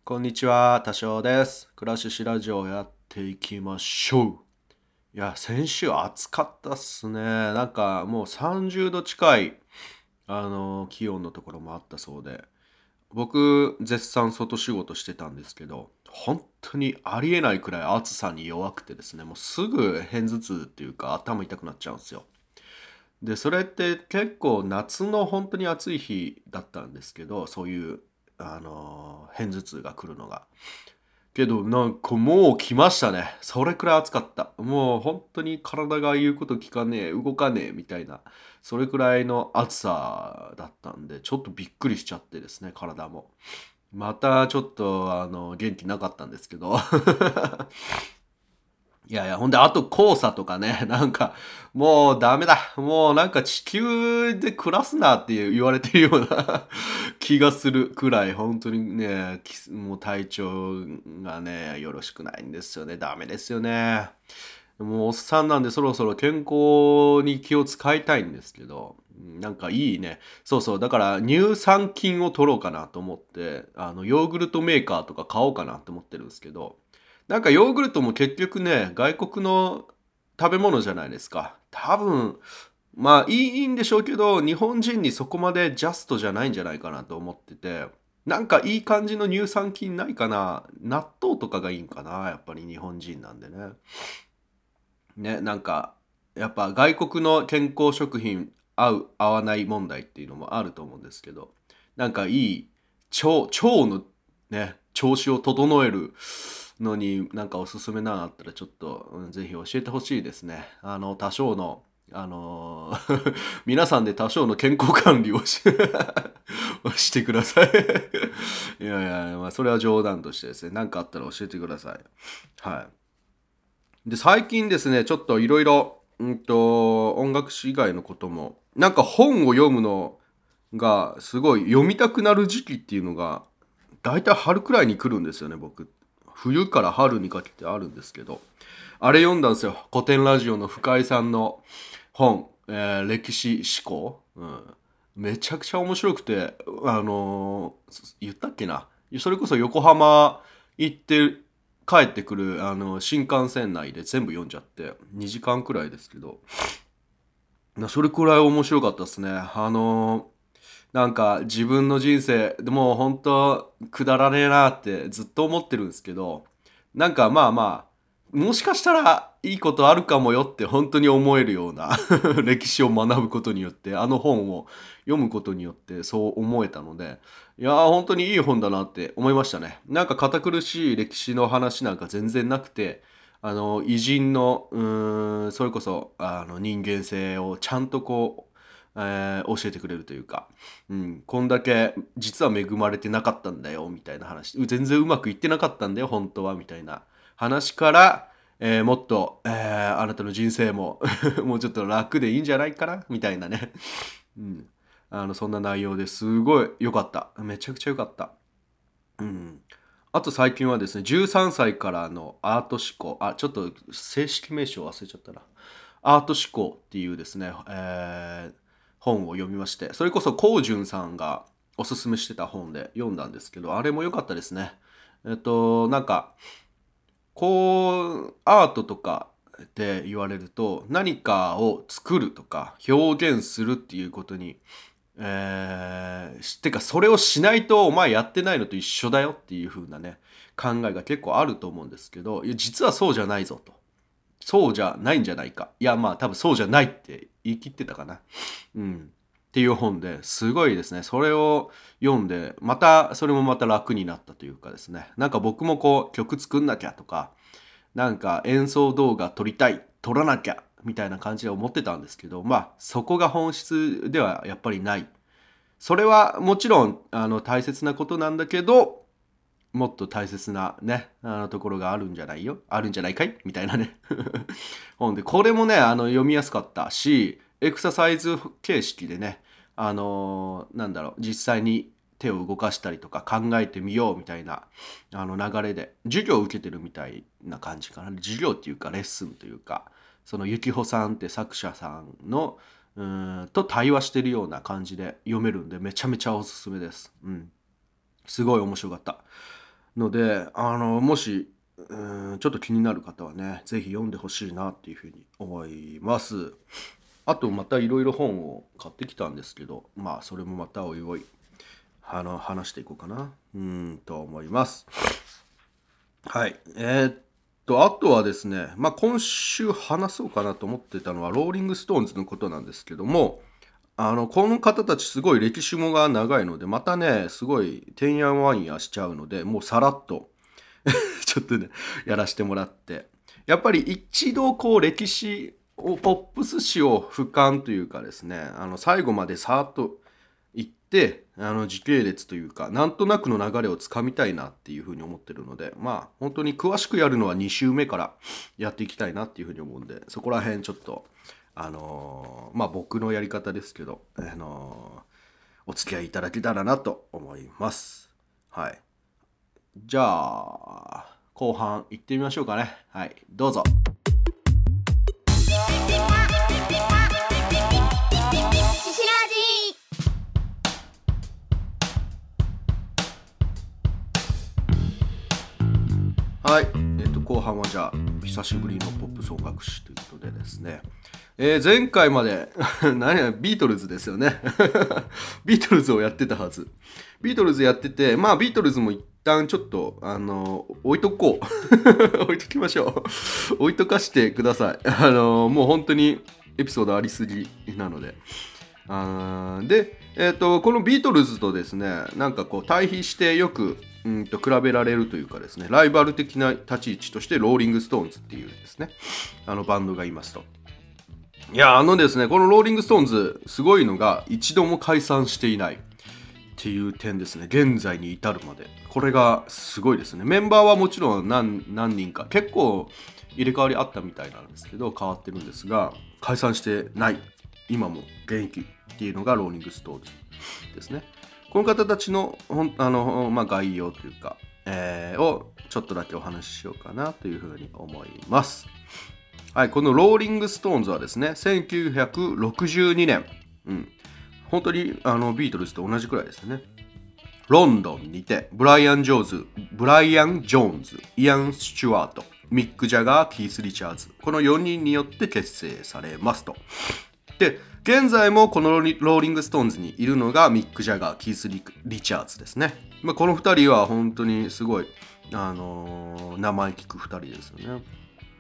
こんにちは、多少です。クラシシラジオをやっていきましょう。いや、先週暑かったっすね。なんかもう30度近い、気温のところもあったそうで、僕、絶賛外仕事してたんですけど、本当にありえないくらい暑さに弱くてですね、もうすぐ片頭痛っていうか頭痛くなっちゃうんですよ。で、それって結構夏の本当に暑い日だったんですけど、そういう、片頭痛が来るのが。けど、なんかもう来ましたね。それくらい暑かった。もう本当に体が言うこと聞かねえ、動かねえみたいな、それくらいの暑さだったんで、ちょっとびっくりしちゃってですね、体も。またちょっと、元気なかったんですけど。いやいや、ほんで、あと黄砂とかね、なんか、もうダメだ。もうなんか地球で暮らすなって言われてるような気がするくらい、本当にね、もう体調がね、よろしくないんですよね。ダメですよね。もうおっさんなんでそろそろ健康に気を使いたいんですけど、なんかいいね。そうそう。だから乳酸菌を取ろうかなと思って、ヨーグルトメーカーとか買おうかなと思ってるんですけど、なんかヨーグルトも結局ね、外国の食べ物じゃないですか。多分、まあいいんでしょうけど、日本人にそこまでジャストじゃないんじゃないかなと思ってて、なんかいい感じの乳酸菌ないかな。納豆とかがいいんかな。やっぱり日本人なんでね。ね、なんか、やっぱ外国の健康食品合う合わない問題っていうのもあると思うんですけど、なんかいい腸のね、調子を整えるのになんかおすすめなのあったらちょっと、ぜひ教えてほしいですね。多少の、皆さんで多少の健康管理をしてください。いやいや、まあそれは冗談としてですね、何かあったら教えてください。はい。で、最近ですね、ちょっといろいろ、音楽史以外のことも、なんか本を読むのが、すごい読みたくなる時期っていうのが、だいたい春くらいに来るんですよね、僕。冬から春にかけてあるんですけど、あれ読んだんですよ。古典ラジオの深井さんの本、歴史思考。めちゃくちゃ面白くて、言ったっけな。それこそ横浜行って帰ってくる新幹線内で全部読んじゃって2時間くらいですけど、それくらい面白かったですね。なんか自分の人生でもう本当くだらねえなってずっと思ってるんですけど、なんかまあまあもしかしたらいいことあるかもよって本当に思えるような歴史を学ぶことによって、あの本を読むことによってそう思えたので、いやー本当にいい本だなって思いましたね。なんか堅苦しい歴史の話なんか全然なくて、偉人のそれこそ人間性をちゃんとこう教えてくれるというか、こんだけ実は恵まれてなかったんだよみたいな話、全然うまくいってなかったんだよ本当はみたいな話から、もっと、あなたの人生ももうちょっと楽でいいんじゃないかなみたいなね、うん、そんな内容ですごい良かった。めちゃくちゃ良かった。うん。あと最近はですね、13歳からのアート思考、ちょっと正式名称忘れちゃったな。アート思考っていうですね、本を読みまして、それこそコウジュンさんがおすすめしてた本で読んだんですけど、あれも良かったですね。なんか、こう、アートとかって言われると、何かを作るとか表現するっていうことにてかそれをしないとお前やってないのと一緒だよっていう風なね考えが結構あると思うんですけど、いや実はそうじゃないぞと、そうじゃないんじゃないか、いやまあ多分そうじゃないって言い切ってたかな、っていう本ですごいですね。それを読んでまたそれもまた楽になったというかですね、なんか僕もこう曲作んなきゃとか、なんか演奏動画撮りたい撮らなきゃみたいな感じで思ってたんですけど、まあそこが本質ではやっぱりない。それはもちろん大切なことなんだけど、もっと大切なねところがあるんじゃないよ、あるんじゃないかいみたいなね本で、これもね読みやすかったし、エクササイズ形式でね、なんだろう、実際に手を動かしたりとか考えてみようみたいな流れで授業を受けてるみたいな感じかな。授業っていうかレッスンというか、そのゆきほさんって作者さんのと対話してるような感じで読めるんで、めちゃめちゃおすすめです。すごい面白かった。 ので、もし、ちょっと気になる方はね、ぜひ読んでほしいなっていうふうに思います。あとまたいろいろ本を買ってきたんですけど、まあそれもまたおいおい話していこうかなと思います。はい。あとはですね、まあ今週話そうかなと思ってたのはローリングストーンズのことなんですけども、この方たちすごい歴史もが長いので、またね、すごいてんやわんやしちゃうので、もうさらっとちょっとね、やらせてもらって。やっぱり一度こう歴史を、ポップス史を俯瞰というかですね、最後までさーっと行って、時系列というか、なんとなくの流れをつかみたいなっていうふうに思ってるので、まあ、本当に詳しくやるのは2週目からやっていきたいなっていうふうに思うんで、そこら辺ちょっと、まあ僕のやり方ですけど、お付き合いいただけたらなと思います。はい。じゃあ、後半行ってみましょうかね。はい、どうぞ。はい、後半はじゃあ久しぶりのポップス音楽史ということでですね、前回まで何やビートルズですよねビートルズをやってたはず。ビートルズやってて、まあビートルズも一旦ちょっと置いとこう置いときましょう置いとかしてください。もう本当にエピソードありすぎなので。で、このビートルズとですね、なんかこう対比してよく比べられるというかですね、ライバル的な立ち位置としてローリングストーンズっていうですね、バンドがいますと。いや、ですね、このローリングストーンズすごいのが一度も解散していないっていう点ですね。現在に至るまでこれがすごいですね。メンバーはもちろん何人か結構入れ替わりあったみたいなんですけど、変わってるんですが解散してない、今も現役っていうのがローリングストーンズですね。この方たちの概要というか、をちょっとだけお話ししようかなというふうに思います。はい、このローリングストーンズはですね、1962年、本当にビートルズと同じくらいですね。ロンドンにてブライアン・ジョーンズ、イアン・スチュワート、ミック・ジャガー、キース・リチャーズ、この4人によって結成されますと。で、現在もこのローリングストーンズにいるのがミック・ジャガー、キース・リチャーズですね。この2人は本当にすごい、名前聞く2人ですよね。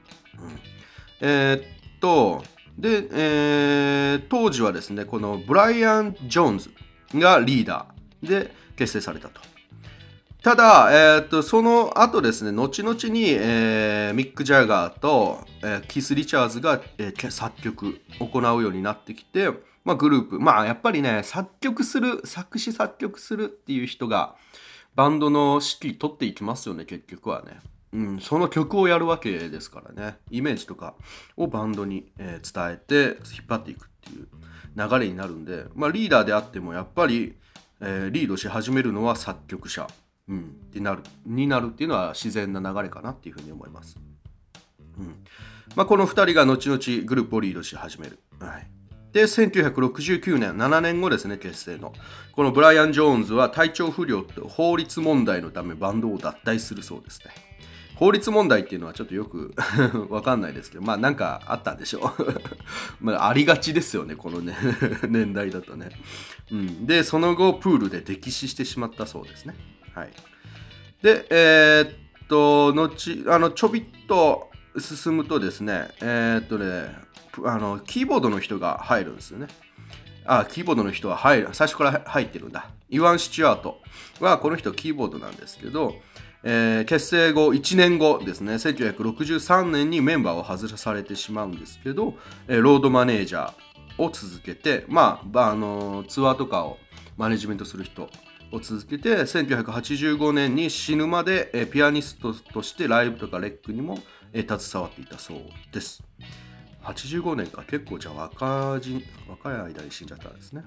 で、当時はですね、このブライアン・ジョーンズがリーダーで結成されたと。ただ、その後ですね、後々に、ミック・ジャガーと、キース・リチャーズが、作曲を行うようになってきて、グループ、やっぱりね、作詞作曲するっていう人がバンドの指揮取っていきますよね、結局はね。その曲をやるわけですからね、イメージとかをバンドに、伝えて引っ張っていくっていう流れになるんで、リーダーであってもやっぱり、リードし始めるのは作曲者、になるっていうのは自然な流れかなっていうふうに思います。この2人が後々グループをリードし始める。で、1969年、7年後ですね、結成の。このブライアン・ジョーンズは体調不良と法律問題のためバンドを脱退するそうですね。法律問題っていうのはちょっとよくわかんないですけど、なんかあったんでしょうありがちですよね、このね年代だとね。で、その後、プールで溺死してしまったそうですね。はい。で、後、ちょびっと進むとですね、キーボードの人が入るんですよね。キーボードの人は最初から入ってるんだ。イワン・スチュアートはこの人キーボードなんですけど、結成後1年後ですね、1963年にメンバーを外されてしまうんですけど、ロードマネージャーを続けて、ツアーとかをマネジメントする人を続けて、1985年に死ぬまで、ピアニストとしてライブとかレックにも、携わっていたそうです。85年か、結構じゃあ若い間に死んじゃったんですね。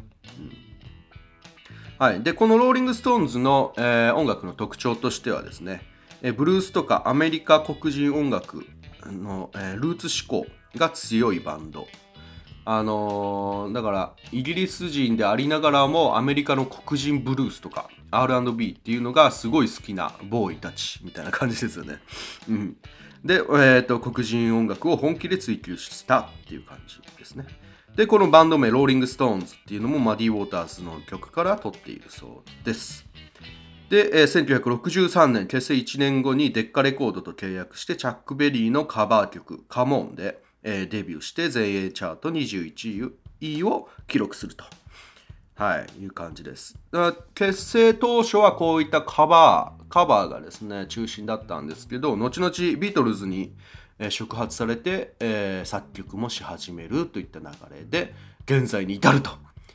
はい、でこのローリング・ストーンズの、音楽の特徴としてはですね、ブルースとかアメリカ黒人音楽の、ルーツ思考が強いバンドだからイギリス人でありながらもアメリカの黒人ブルースとか R&B っていうのがすごい好きなボーイたちみたいな感じですよね。うん、で、黒人音楽を本気で追求したっていう感じですね。で、このバンド名ローリングストーンズっていうのもマディ・ウォーターズの曲から取っているそうです。で、1963年結成1年後にデッカレコードと契約してチャック・ベリーのカバー曲カモンで、デビューして全英チャート21位を記録すると、はい、いう感じです。結成当初はこういったカバーがですね中心だったんですけど、後々ビートルズに触発されて、作曲もし始めるといった流れで現在に至ると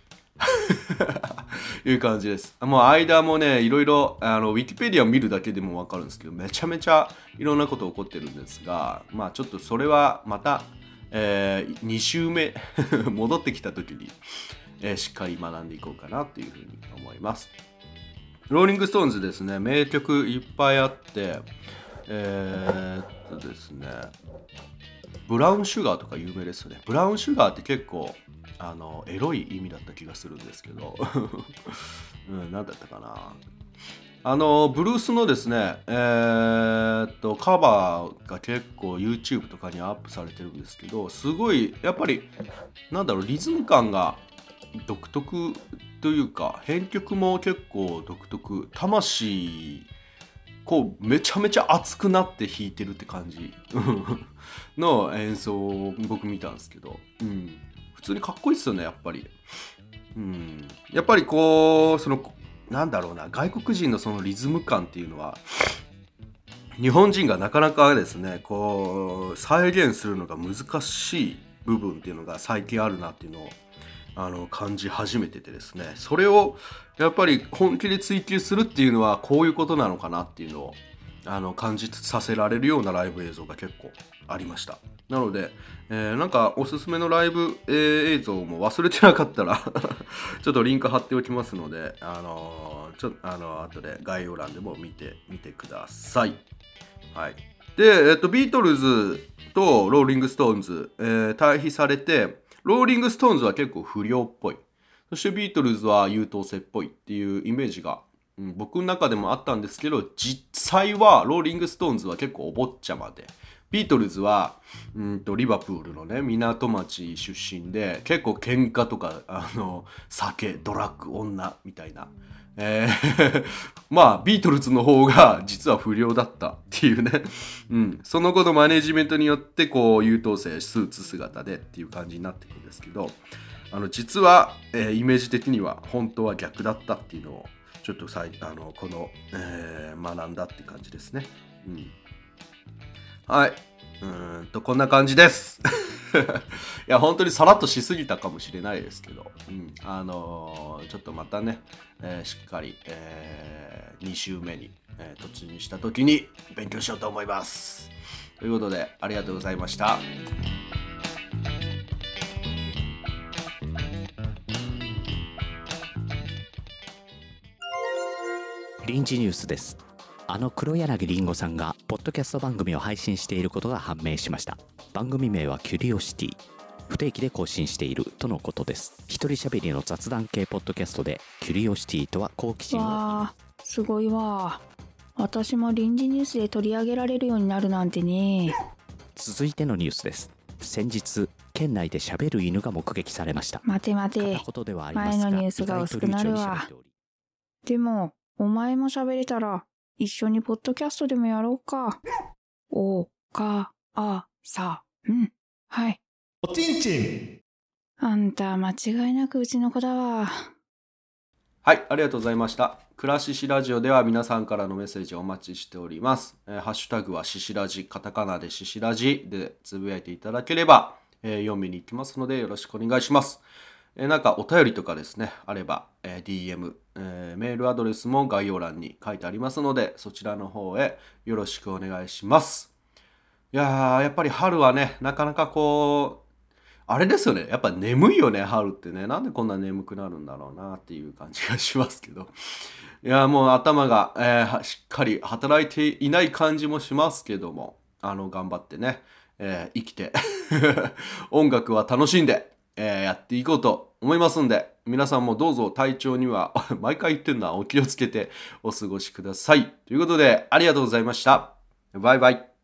いう感じです。もう間もね、いろいろウィキペディアを見るだけでもわかるんですけど、めちゃめちゃいろんなこと起こってるんですが、まあちょっとそれはまた、2週目戻ってきた時に、しっかり学んでいこうかなというふうに思います。ローリングストーンズですね、名曲いっぱいあって、ですね、ブラウンシュガーとか有名ですよね。ブラウンシュガーって結構エロい意味だった気がするんですけど、何だったかな。ブルースのですね、カバーが結構 YouTube とかにアップされてるんですけど、すごいやっぱりリズム感が独特というか、編曲も結構独特、魂こうめちゃめちゃ熱くなって弾いてるって感じの演奏を僕見たんですけど、普通にかっこいいっすよね、やっぱり。やっぱりこう外国人のそのリズム感っていうのは日本人がなかなかですねこう再現するのが難しい部分っていうのが最近あるなっていうのを感じ始めててですね、それをやっぱり本気で追求するっていうのはこういうことなのかなっていうのを感じさせられるようなライブ映像が結構ありました。なので、なんかおすすめのライブ、映像も忘れてなかったらちょっとリンク貼っておきますので、後で概要欄でも見てみてください。はい。で、ビートルズとローリングストーンズ、対比されて、ローリングストーンズは結構不良っぽい。そしてビートルズは優等生っぽいっていうイメージが、僕の中でもあったんですけど、実際はローリングストーンズは結構お坊ちゃまで、ビートルズはリバプールのね港町出身で結構喧嘩とか酒ドラッグ女みたいな、まあビートルズの方が実は不良だったっていうね、その後のマネジメントによってこう優等生スーツ姿でっていう感じになっていくんですけど、実は、イメージ的には本当は逆だったっていうのをちょっと学んだって感じですね。はい。こんな感じです。いや、本当にさらっとしすぎたかもしれないですけど、ちょっとまたね、しっかり、2週目に、突入した時に勉強しようと思います。ということで、ありがとうございました。 臨時ニュースです。黒柳りんごさんがポッドキャスト番組を配信していることが判明しました。番組名はキュリオシティ。不定期で更新しているとのことです。一人喋りの雑談系ポッドキャストでキュリオシティとは好奇心を。 わー、すごいわ。私も臨時ニュースで取り上げられるようになるなんてね。 続いてのニュースです。先日県内で喋る犬が目撃されました。 待て前のニュースが薄くなるわ。でもお前も喋れたら一緒にポッドキャストでもやろうか。はい。 おちんちん。 あんた間違いなくうちの子だわ。 はい、ありがとうございました。くらししラジオでは皆さんからのメッセージをお待ちしております。ハッシュタグはししラジ、カタカナでししラジでつぶやいていただければ、読みに行きますのでよろしくお願いします。なんかお便りとかですね、あれば、DM、メールアドレスも概要欄に書いてありますので、そちらの方へよろしくお願いします。いやー、やっぱり春はね、なかなかこう、あれですよね、やっぱ眠いよね、春ってね。なんでこんな眠くなるんだろうなっていう感じがしますけど。いやー、もう頭が、しっかり働いていない感じもしますけども、頑張ってね、生きて音楽は楽しんでやっていこうと思いますんで、皆さんもどうぞ体調には毎回言ってるな、お気をつけてお過ごしください。ということで、ありがとうございました。バイバイ。